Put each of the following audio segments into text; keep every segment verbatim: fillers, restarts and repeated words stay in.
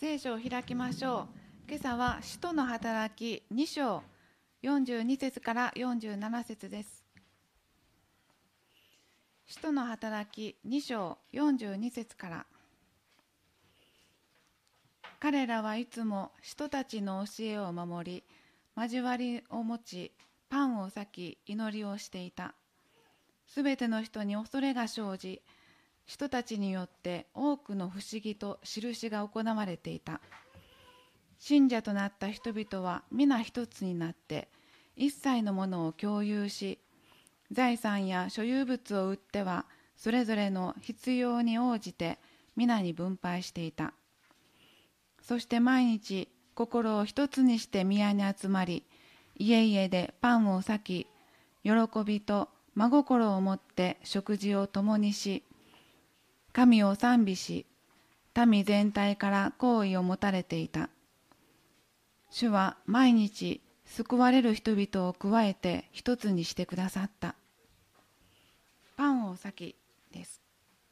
聖書を開きましょう。今朝は使徒の働きに章よんじゅうに節からよんじゅうなな節です。使徒の働きに章よんじゅうに節から。彼らはいつも使徒たちの教えを守り、交わりを持ち、パンを裂き、祈りをしていた。すべての人に恐れが生じ、使徒たちによって多くの不思議と印が行われていた。信者となった人々は皆一つになって、一切のものを共有し、財産や所有物を売っては、それぞれの必要に応じて皆に分配していた。そして毎日心を一つにして宮に集まり、家々でパンを裂き、喜びと真心を持って食事を共にし、神を賛美し、民全体から好意を持たれていた。主は毎日救われる人々を加えて一つにしてくださった。パンを裂きです。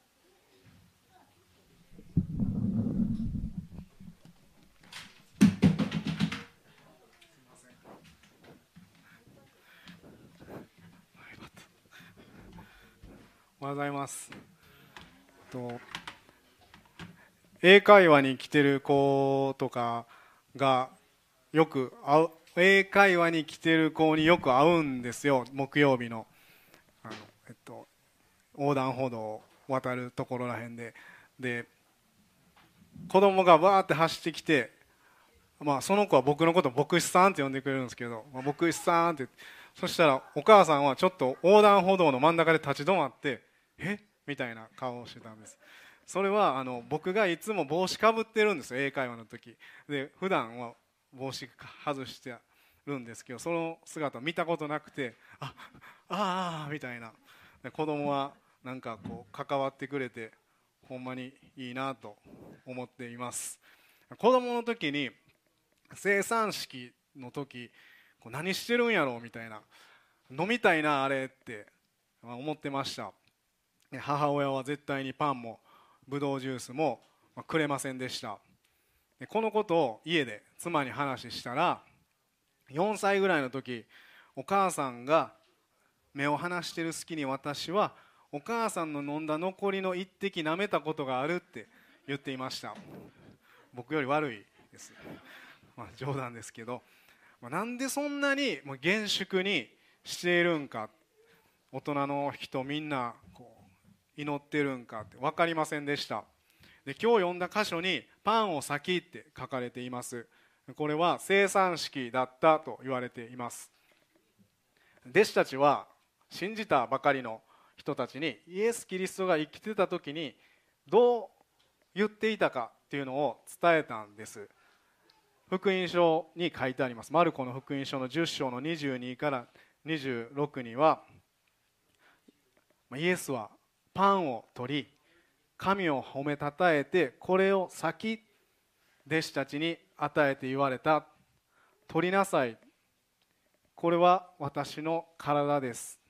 おはようございます。と英会話に来てる子とかがよく会う、英会話に来てる子によく会うんですよ。木曜日の、あの、えっと、横断歩道を渡るところらへんでで子供がバーって走ってきて、まあ、その子は僕のことを牧師さんって呼んでくれるんですけど、まあ、牧師さんって、そしたらお母さんはちょっと横断歩道の真ん中で立ち止まってえみたいな顔をしてたんです。それはあの僕がいつも帽子かぶってるんですよ、英会話の時で。普段は帽子外してるんですけど、その姿を見たことなくて、あああみたいな。で子供はなんかこう関わってくれてほんまにいいなと思っています。子供の時に生産式の時こう何してるんやろうみたいな、飲みたいなあれって思ってました。母親は絶対にパンもブドウジュースもくれませんでした。このことを家で妻に話したら、よんさいぐらいの時、お母さんが目を離してる隙に私はお母さんの飲んだ残りの一滴舐めたことがあるって言っていました。僕より悪いです、まあ、冗談ですけど、まあ、なんでそんなにもう厳粛にしているんか、大人の人みんなこう祈ってるんかって分かりませんでした。で今日読んだ箇所にパンを裂きって書かれています。これは生産式だったと言われています。弟子たちは信じたばかりの人たちにイエス・キリストが生きてた時にどう言っていたかっていうのを伝えたんです。福音書に書いてあります。マルコの福音書のじゅっ章のにじゅうにからにじゅうろくには、イエスはパンを取り神を褒めたたえてこれを裂き弟子たちに与えて言われた。取りなさい、これは私の体です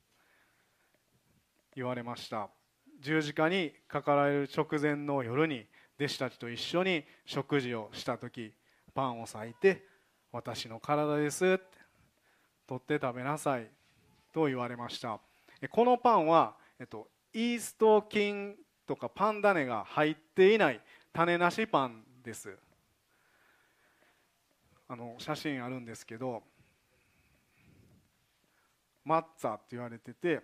言われました。十字架にかかられる直前の夜に弟子たちと一緒に食事をした時、パンを裂いて私の体ですって取って食べなさいと言われました。このパンは、えっと、イースト菌とかパン種が入っていない種なしパンです。あの写真あるんですけど、マッツァって言われてて、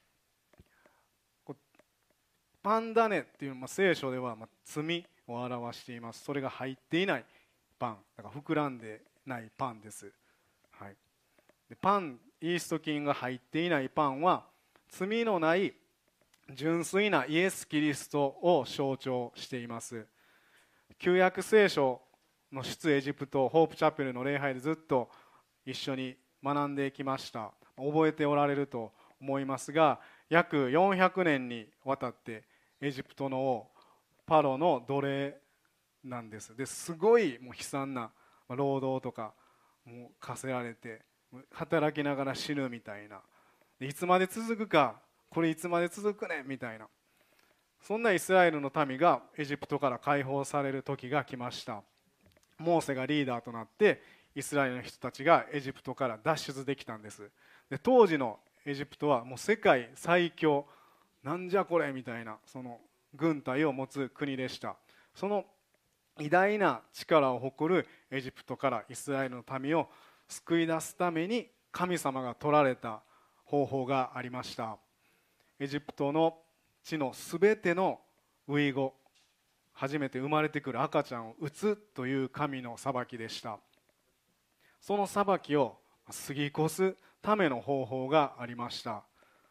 パン種っていうのは、まあ、聖書ではまあ罪を表しています。それが入っていないパンだから膨らんでないパンです、はい、でパンイースト菌が入っていないパンは罪のない純粋なイエス・キリストを象徴しています。旧約聖書の出エジプトホープチャペルの礼拝でずっと一緒に学んできました。覚えておられると思いますが、約よんひゃくねんにわたってエジプトの王パロの奴隷なんです。ですごいもう悲惨な労働とかもう課せられて働きながら死ぬみたいな、いつまで続くか、これいつまで続くねみたいな、 そんなイスラエルの民がエジプトから解放される時が来ました。モーセがリーダーとなってイスラエルの人たちがエジプトから脱出できたんです。で当時のエジプトはもう世界最強、なんじゃこれみたいなその軍隊を持つ国でした。その偉大な力を誇るエジプトからイスラエルの民を救い出すために神様が取られた方法がありました。エジプトの地のすべての初子、初めて生まれてくる赤ちゃんを撃つという神の裁きでした。その裁きを過ぎ越すための方法がありました。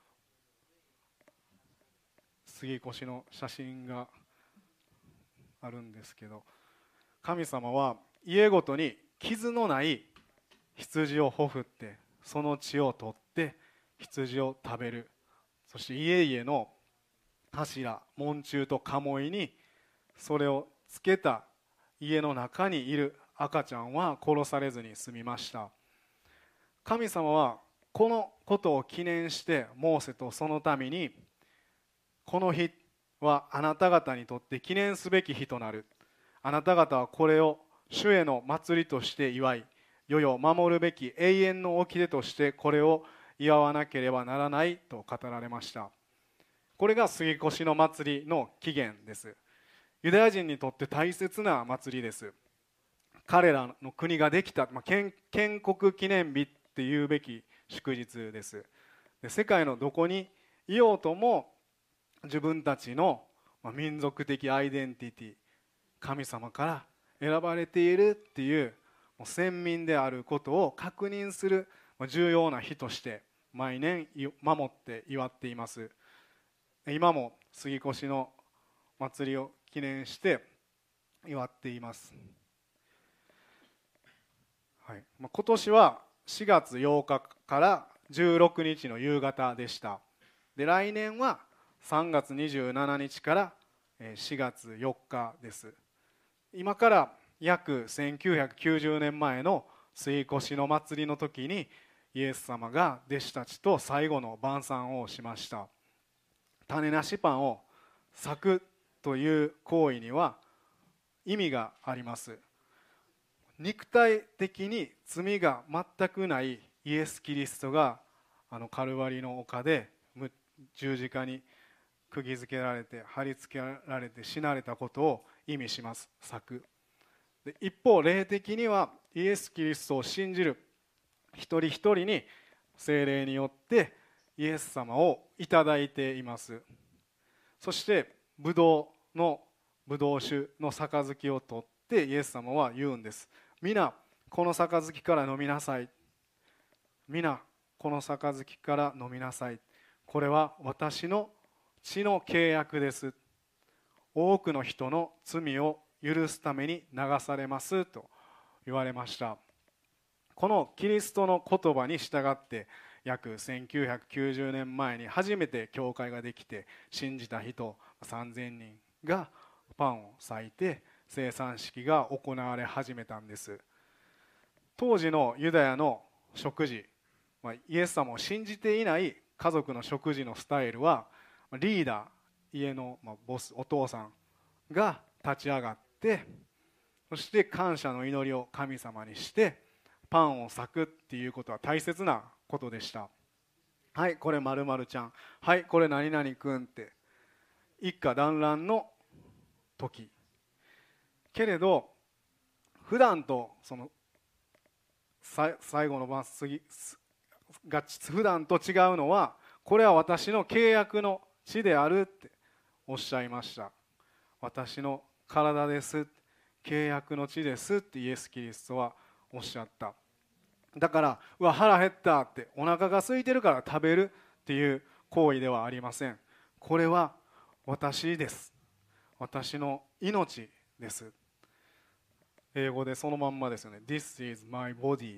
過ぎ越しの写真があるんですけど、神様は家ごとに傷のない羊をほふってその血を取って羊を食べる。そして家々の柱、門柱と鴨居にそれをつけた家の中にいる赤ちゃんは殺されずに済みました。神様はこのことを記念してモーセとその民に、この日はあなた方にとって記念すべき日となる。あなた方はこれを主への祭りとして祝い、世々守るべき永遠の掟としてこれを祝わなければならないと語られました。これが杉越の祭りの起源です。ユダヤ人にとって大切な祭りです。彼らの国ができた、まあ、建, 建国記念日っていうべき祝日です。で世界のどこにいようとも自分たちの民族的アイデンティティ、神様から選ばれているっていう先民であることを確認する重要な日として毎年守って祝っています。今も杉越の祭りを記念して祝っています。はい、今年はしがつようかからじゅうろくにちの夕方でした。で来年はさんがつにじゅうしちにちからしがつよっかです。今から約せんきゅうひゃくきゅうじゅうねんまえの杉越の祭りの時にイエス様が弟子たちと最後の晩餐をしました。種なしパンを裂くという行為には意味があります。肉体的に罪が全くないイエス・キリストがあのカルバリの丘で十字架に釘付けられて貼り付けられて死なれたことを意味します。裂く。で一方霊的にはイエス・キリストを信じる一人一人に聖霊によってイエス様をいただいています。そしてブドウのブドウ酒の杯を取ってイエス様は言うんです。皆この杯から飲みなさい。皆この杯から飲みなさい。これは私の血の契約です。多くの人の罪を許すために流されますと言われました。このキリストの言葉に従って約せんきゅうひゃくきゅうじゅうねんまえに初めて教会ができて、信じた人さんぜんにんがパンを裂いて聖餐式が行われ始めたんです。当時のユダヤの食事、イエス様を信じていない家族の食事のスタイルは、リーダー、家のボス、お父さんが立ち上がって、そして感謝の祈りを神様にしてパンを裂くっていうことは大切なことでした。はい、これ〇〇ちゃん、はい、これ何々くんって一家団らんの時けれど、普段とその最後の晩過が普段と違うのは、これは私の契約の地であるっておっしゃいました。私の体です、契約の地ですってイエス・キリストはおっしゃった。だからうわ腹減ったってお腹が空いてるから食べるっていう行為ではありません。これは私です、私の命です。英語でそのまんまですよね。 This is my body って。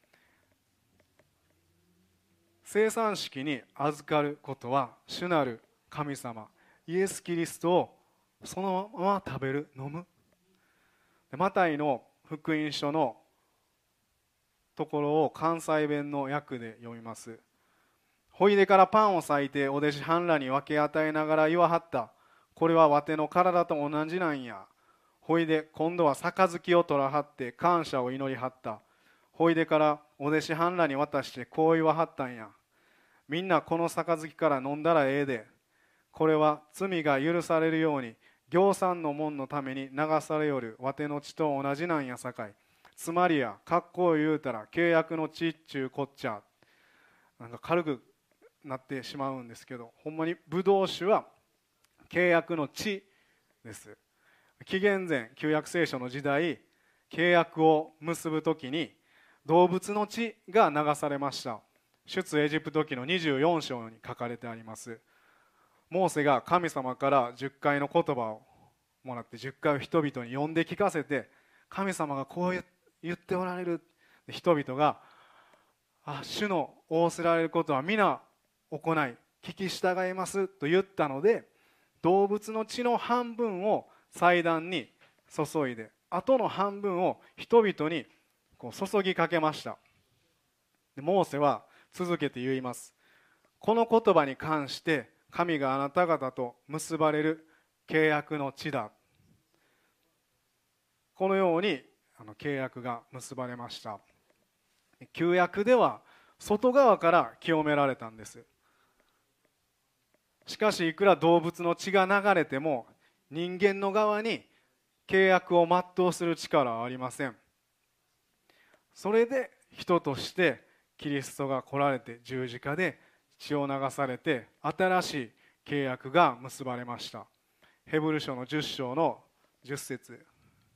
聖餐式に預かることは主なる神様イエス・キリストをそのまま食べる、飲む。マタイの福音書のところを関西弁の訳で読みます。ほいでからパンを裂いてお弟子はんらに分け与えながら言わはった。 これはわての体と同じなんや。ほいで今度は杯を取らはって感謝を祈りはった。ほいでからお弟子はんらに渡してこう言わはったんや。みんなこの杯から飲んだらええで。これは罪が許されるように行産の門のために流されよるわての血と同じなんやさかい。つまりや格好を言うたら契約の血っちゅうこっちゃ。なんか軽くなってしまうんですけど、ほんまにブドウ酒は契約の血です。紀元前旧約聖書の時代、契約を結ぶときに動物の血が流されました。出エジプト記のにじゅうよん章に書かれてあります。モーセが神様からじゅっかいの言葉をもらってじゅっかいを人々に読んで聞かせて、神様がこう言っておられる、人々があ主の仰せられることは皆行い聞き従いますと言ったので、動物の血の半分を祭壇に注いで、あとの半分を人々にこう注ぎかけました。でモーセは続けて言います。この言葉に関して神があなた方と結ばれる契約の地だ。このようにあの契約が結ばれました。旧約では外側から清められたんです。しかしいくら動物の血が流れても人間の側に契約を全うする力はありません。それで人としてキリストが来られて十字架で血を流されて新しい契約が結ばれました。ヘブル書のじゅっ章のじゅっ節。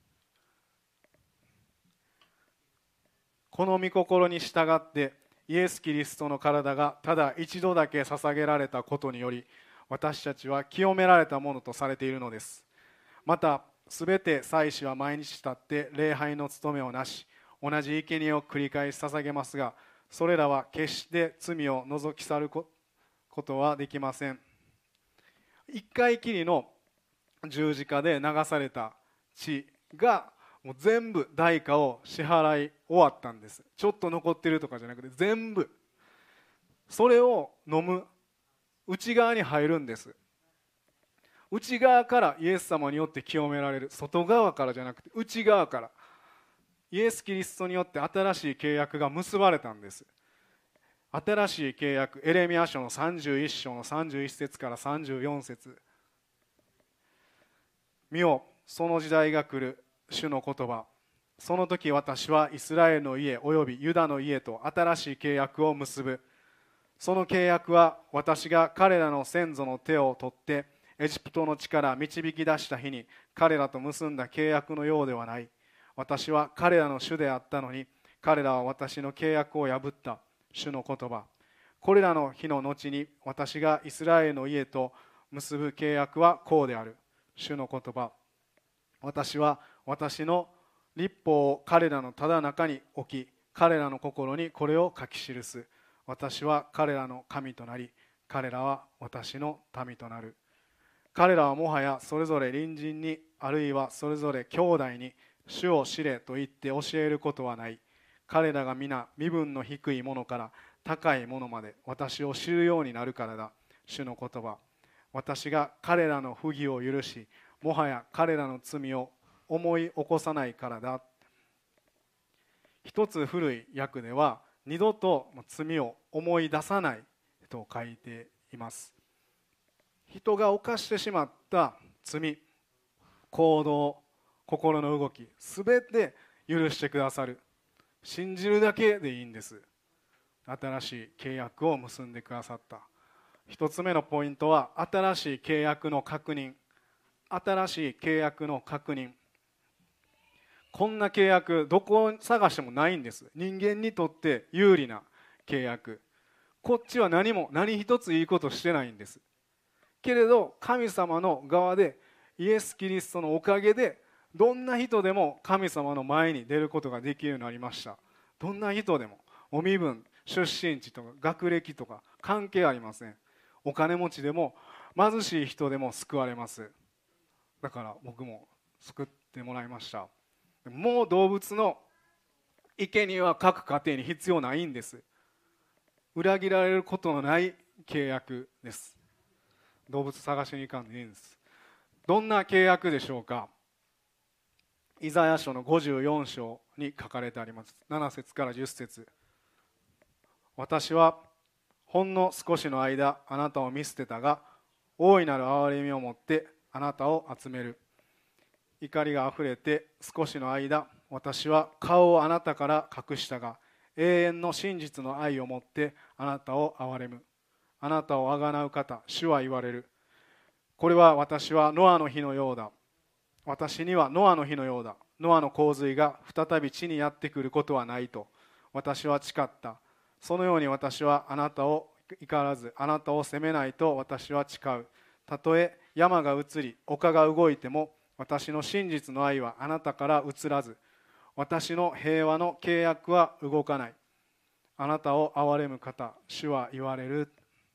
この御心に従ってイエス・キリストの体がただ一度だけ捧げられたことにより私たちは清められたものとされているのです。またすべて祭司は毎日立って礼拝の務めをなし、同じ生贄を繰り返し捧げますが、それらは決して罪を除き去ることはできません。一回きりの十字架で流された血がもう全部代価を支払い終わったんです。ちょっと残ってるとかじゃなくて全部それを飲む内側に入るんです。内側からイエス様によって清められる、外側からじゃなくて内側からイエス・キリストによって新しい契約が結ばれたんです。新しい契約、エレミヤ書のさんじゅういっ章のさんじゅういっ節からさんじゅうよん節。見よ、その時代が来る、主の言葉。その時私はイスラエルの家およびユダの家と新しい契約を結ぶ。その契約は私が彼らの先祖の手を取ってエジプトの地から導き出した日に彼らと結んだ契約のようではない。私は彼らの主であったのに彼らは私の契約を破った。主の言葉。これらの日の後に私がイスラエルの家と結ぶ契約はこうである。主の言葉。私は私の律法を彼らのただ中に置き、彼らの心にこれを書き記す。私は彼らの神となり、彼らは私の民となる。彼らはもはやそれぞれ隣人に、あるいはそれぞれ兄弟に主を知れと言って教えることはない。彼らが皆身分の低いものから高いものまで私を知るようになるからだ。主の言葉。私が彼らの不義を許し、もはや彼らの罪を思い起こさないからだ。一つ古い訳では二度と罪を思い出さないと書いています。人が犯してしまった罪、行動、心の動き、すべて許してくださる。信じるだけでいいんです。新しい契約を結んでくださった。一つ目のポイントは新しい契約の確認。新しい契約の確認。こんな契約どこを探してもないんです。人間にとって有利な契約。こっちは何も何一ついいことしてないんです。けれど神様の側でイエス・キリストのおかげでどんな人でも神様の前に出ることができるようになりました。どんな人でもお身分、出身地とか学歴とか関係ありません。お金持ちでも貧しい人でも救われます。だから僕も救ってもらいました。もう動物の生贄は各家庭に必要ないんです。裏切られることのない契約です。動物探しに行かんでいいんです。 どんな契約でしょうか。イザヤ書のごじゅうよん章に書かれてあります。なな節からじゅっ節。私はほんの少しの間あなたを見捨てたが、大いなる憐れみをもってあなたを集める。怒りがあふれて少しの間、私は顔をあなたから隠したが、永遠の真実の愛をもってあなたを憐れむ。あなたをあがなう方、主は言われる。これは私はノアの日のようだ。私にはノアの日のようだ。ノアの洪水が再び地にやってくることはないと私は誓った。そのように私はあなたを怒らず、あなたを責めないと私は誓う。たとえ山が移り、丘が動いても、私の真実の愛はあなたから移らず、私の平和の契約は動かない。あなたを憐れむ方、主は言われる。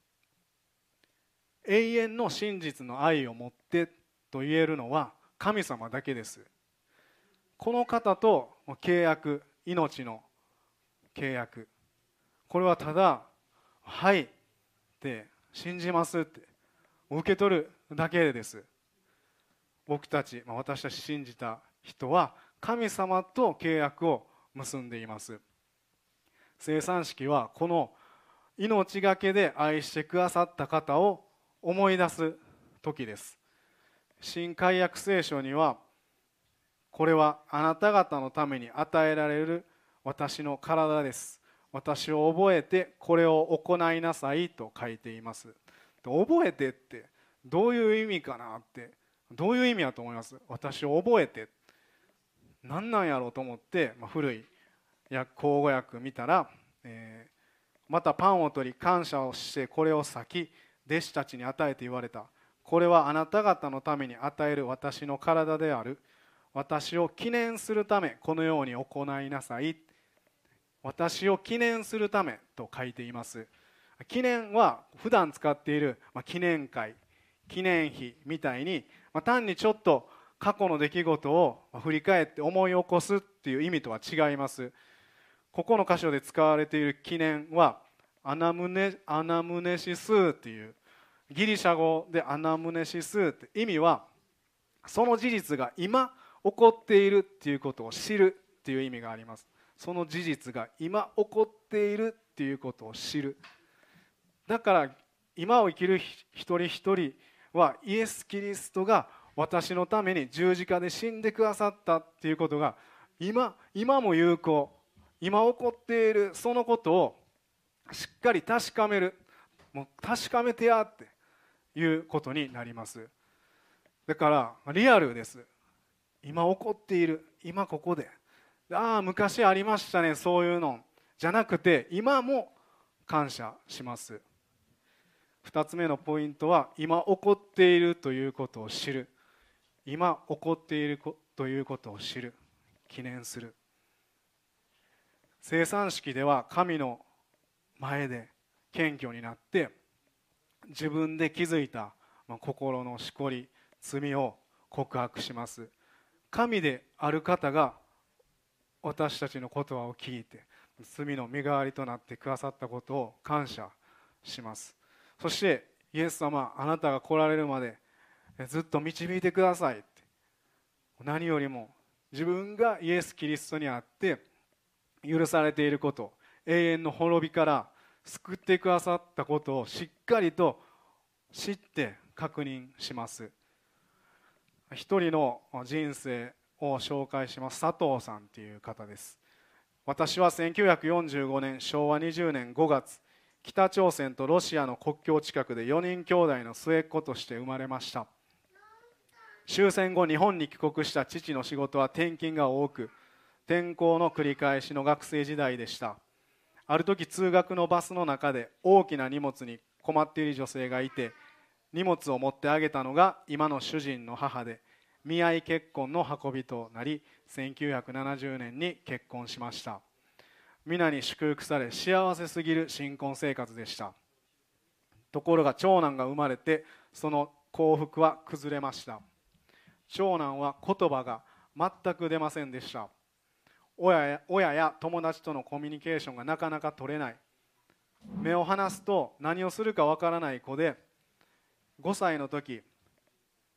永遠の真実の愛を持ってと言えるのは神様だけです。この方と契約、命の契約、これはただはいって信じますって受け取るだけです。僕たち、私たち信じた人は神様と契約を結んでいます。生産式はこの命がけで愛してくださった方を思い出す時です。新改約聖書には、これはあなた方のために与えられる私の体です。私を覚えてこれを行いなさいと書いています。覚えてってどういう意味かなって、どういう意味だと思います？私を覚えて何なんやろうと思って、まあ、古い口語訳見たら、えー、またパンを取り感謝をしてこれを裂き弟子たちに与えて言われた。これはあなた方のために与える私の体である。私を記念するためこのように行いなさい。私を記念するためと書いています。記念は普段使っている、まあ、記念会、記念碑みたいに、まあ、単にちょっと過去の出来事を振り返って思い起こすっていう意味とは違います。ここの箇所で使われている記念はアナムネ、アナムネシスっていうギリシャ語でアナムネシスって意味は、その事実が今起こっているっていうことを知るっていう意味があります。その事実が今起こっているっていうことを知る。だから今を生きる一人一人はイエス・キリストが私のために十字架で死んでくださったっていうことが今、今も有効、今起こっているそのことをしっかり確かめる、もう確かめてやっていうことになります。だからリアルです。今起こっている、今ここで、ああ昔ありましたねそういうのじゃなくて、今も感謝します。二つ目のポイントは、今起こっているということを知る。今起こっているということを知る、記念する。生産式では神の前で謙虚になって自分で気づいた心のしこり、罪を告白します。神である方が私たちの言葉を聞いて罪の身代わりとなってくださったことを感謝します。そしてイエス様、あなたが来られるまでずっと導いてくださいって、何よりも自分がイエス・キリストにあって許されていること、永遠の滅びから救ってくださったことをしっかりと知って確認します。一人の人生を紹介します。佐藤さんという方です。私はせんきゅうひゃくよんじゅうごねんしょうわにじゅうねんごがつ、北朝鮮とロシアの国境近くでよにん兄弟の末っ子として生まれました。終戦後日本に帰国した父の仕事は転勤が多く、転校の繰り返しの学生時代でした。ある時通学のバスの中で大きな荷物に困っている女性がいて、荷物を持ってあげたのが今の主人の母で、見合い結婚の運びとなり、せんきゅうひゃくななじゅうねんに結婚しました。皆に祝福され幸せすぎる新婚生活でした。ところが長男が生まれてその幸福は崩れました。長男は言葉が全く出ませんでした。親や、親や友達とのコミュニケーションがなかなか取れない。目を離すと何をするかわからない子で、ごさいの時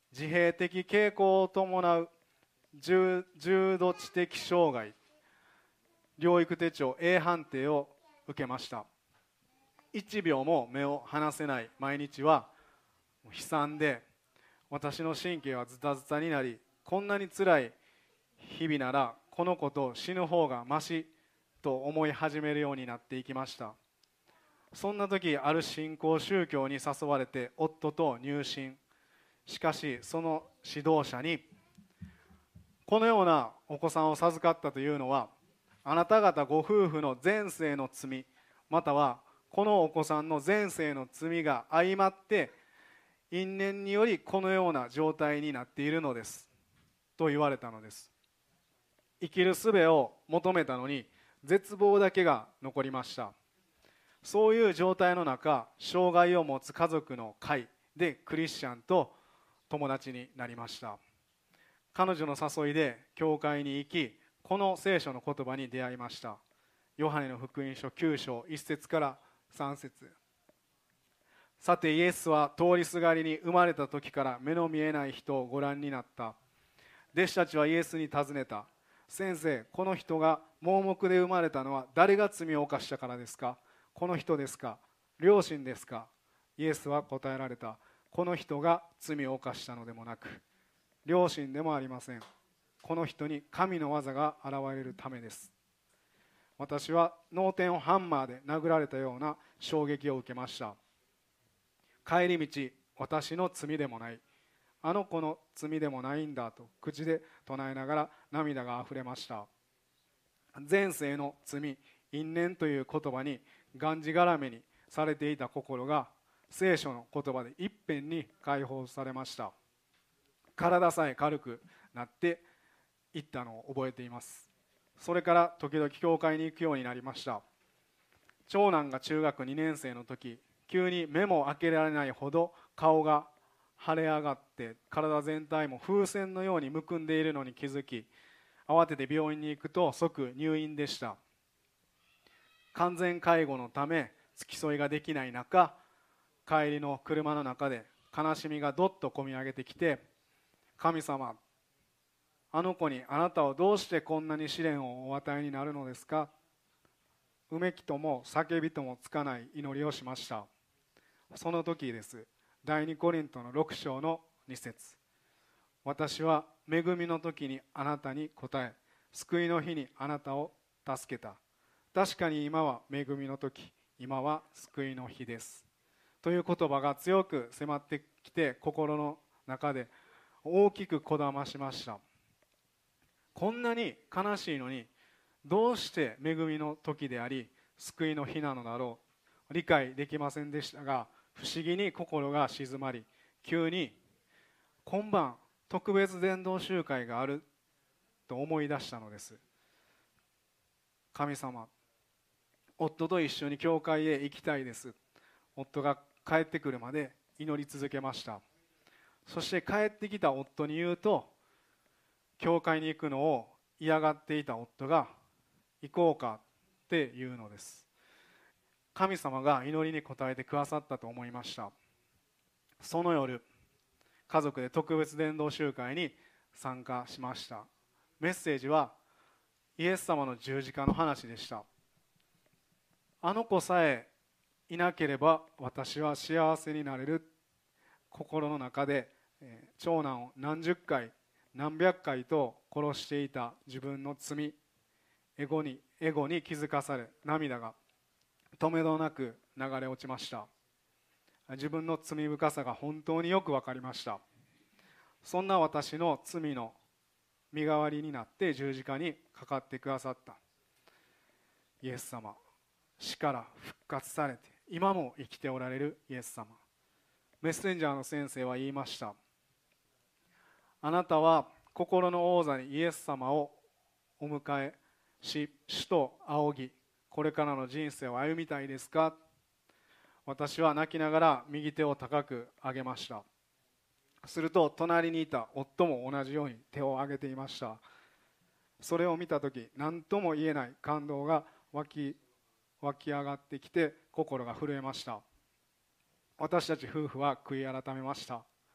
自閉的傾向を伴う重重度知的障害療育手帳 A 判定を受けました。いちびょうも目を離せない毎日は悲惨で、私の神経はズタズタになり、こんなにつらい日々ならこの子と死ぬ方がましと思い始めるようになっていきました。そんな時、ある新興宗教に誘われて夫と入信。しかしその指導者に、このようなお子さんを授かったというのはあなた方ご夫婦の前世の罪、またはこのお子さんの前世の罪が相まって因縁によりこのような状態になっているのですと言われたのです。生きる術を求めたのに絶望だけが残りました。そういう状態の中、障害を持つ家族の会でクリスチャンと友達になりました。彼女の誘いで教会に行き、この聖書の言葉に出会いました。ヨハネの福音書きゅう章いち節からさん節。さてイエスは通りすがりに生まれた時から目の見えない人をご覧になった。弟子たちはイエスに尋ねた。先生、この人が盲目で生まれたのは誰が罪を犯したからですか？この人ですか？両親ですか？イエスは答えられた。この人が罪を犯したのでもなく、両親でもありません。この人に神の技が現れるためです。私は脳天をハンマーで殴られたような衝撃を受けました。帰り道、私の罪でもない、あの子の罪でもないんだと口で唱えながら涙があふれました。前世の罪、因縁という言葉にがんじがらめにされていた心が聖書の言葉でいっぺんに解放されました。体さえ軽くなっていったのを覚えています。それから時々教会に行くようになりました。長男が中学にねん生の時、急に目も開けられないほど顔が腫れ上がって体全体も風船のようにむくんでいるのに気づき、慌てて病院に行くと即入院でした。完全介護のため付き添いができない中、帰りの車の中で悲しみがどっとこみ上げてきて、神様、あの子にあなたはどうしてこんなに試練をお与えになるのですか？うめきとも叫びともつかない祈りをしました。その時です。第二コリントのろく章のに節。私は恵みの時にあなたに答え、救いの日にあなたを助けた。確かに今は恵みの時、今は救いの日です。という言葉が強く迫ってきて、心の中で大きくこだましました。こんなに悲しいのに、どうして恵みの時であり救いの日なのだろう、理解できませんでしたが、不思議に心が静まり、急に今晩特別伝道集会があると思い出したのです。神様、夫と一緒に教会へ行きたいです。夫が帰ってくるまで祈り続けました。そして帰ってきた夫に言うと、教会に行くのを嫌がっていた夫が行こうかって言うのです。神様が祈りに応えてくださったと思いました。その夜、家族で特別伝道集会に参加しました。メッセージはイエス様の十字架の話でした。あの子さえいなければ私は幸せになれる。心の中で、えー、長男を何十回何百回と殺していた自分の罪、エゴにエゴに気づかされ、涙が止めどなく流れ落ちました。自分の罪深さが本当によく分かりました。そんな私の罪の身代わりになって十字架にかかってくださったイエス様、死から復活されて今も生きておられるイエス様。メッセンジャーの先生は言いました。あなたは心の王座にイエス様をお迎えし、主と仰ぎ、これからの人生を歩みたいですか？私は泣きながら右手を高く上げました。すると隣にいた夫も同じように手を挙げていました。それを見たとき、何とも言えない感動が湧き、湧き上がってきて心が震えました。私たち夫婦は悔い改めました。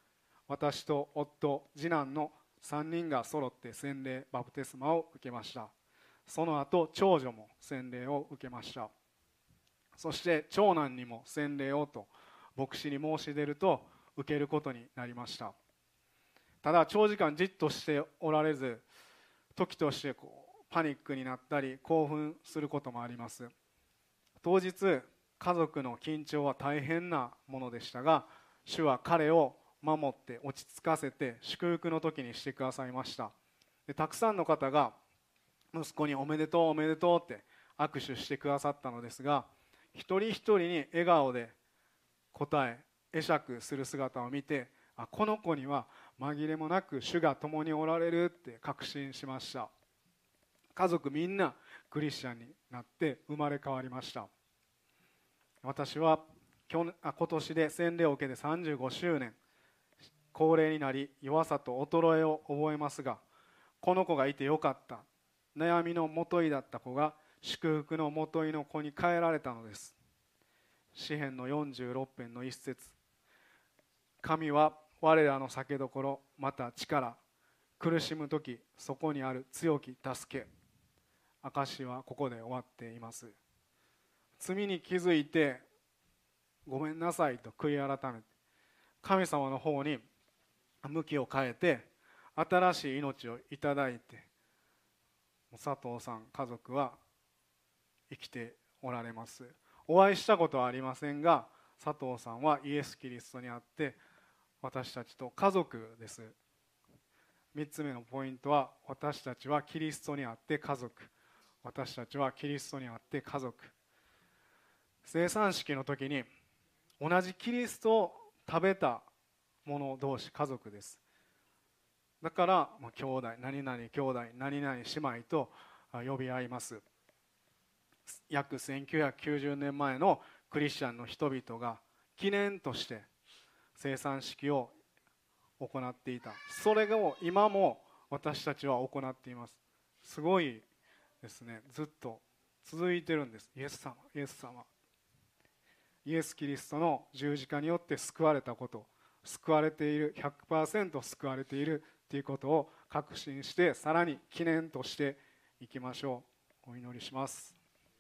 私と夫、次男のさんにんが揃って洗礼バプテスマを受けました。その後長女も洗礼を受けました。そして長男にも洗礼をと牧師に申し出ると受けることになりました。ただ長時間じっとしておられず、時としてこうパニックになったり興奮することもあります。当日家族の緊張は大変なものでしたが、主は彼を守って落ち着かせて祝福の時にしてくださいました。でたくさんの方が息子におめでとうおめでとうって握手してくださったのですが、一人一人に笑顔で答え会釈する姿を見て、あこの子には紛れもなく主が共におられるって確信しました。家族みんなクリスチャンになって生まれ変わりました。私は今日あ今年で洗礼を受けてさんじゅうごしゅうねん、高齢になり弱さと衰えを覚えますが、この子がいてよかった、悩みのもといだった子が祝福のもといの子に変えられたのです。詩編のよんじゅうろく編の一節、神は我らの酒どころまた力、苦しむ時そこにある強き助け。証はここで終わっています。罪に気づいてごめんなさいと悔い改めて神様の方に向きを変えて新しい命をいただいて、佐藤さん家族は生きておられます。お会いしたことはありませんが、佐藤さんはイエス・キリストにあって私たちと家族です。みっつめのポイントは、私たちはキリストにあって家族、私たちはキリストにあって家族。生産式の時に同じキリストを食べた者同士家族です。だから、まあ、兄弟何々兄弟何々姉妹と呼び合います。約せんきゅうひゃくきゅうじゅうねんまえのクリスチャンの人々が記念として生産式を行っていた。それを今も私たちは行っています。すごいですね。ずっと続いてるんです。イエス様イエス様イエス・キリストの十字架によって救われたこと、救われている ひゃくパーセント 救われているということを確信して、さらに記念としていきましょう。お祈りします。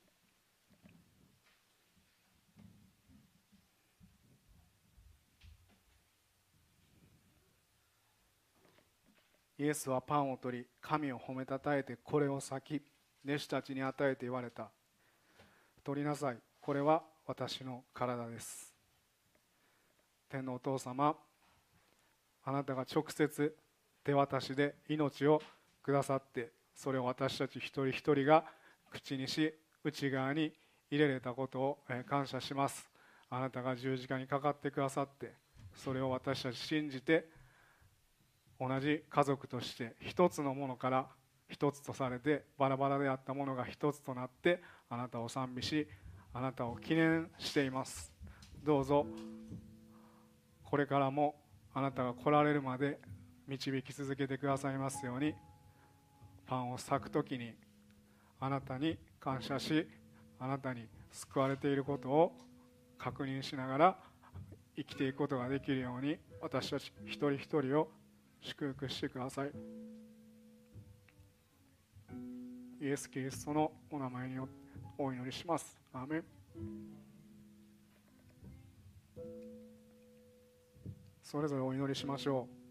イエスはパンを取り神を褒めたたえてこれを裂き弟子たちに与えて言われた。取りなさい、これは私の体です。天のお父様、あなたが直接手渡しで命をくださって、それを私たち一人一人が口にし内側に入れれたことを感謝します。あなたが十字架にかかってくださって、それを私たち信じて同じ家族として一つのものから一つとされて、バラバラであったものが一つとなってあなたを賛美し、あなたを記念しています。どうぞこれからもあなたが来られるまで導き続けてくださいますように。パンを裂くときにあなたに感謝し、あなたに救われていることを確認しながら生きていくことができるように、私たち一人一人を祝福してください。イエス・キリストのお名前によってお祈りします。アーメン。それぞれお祈りしましょう。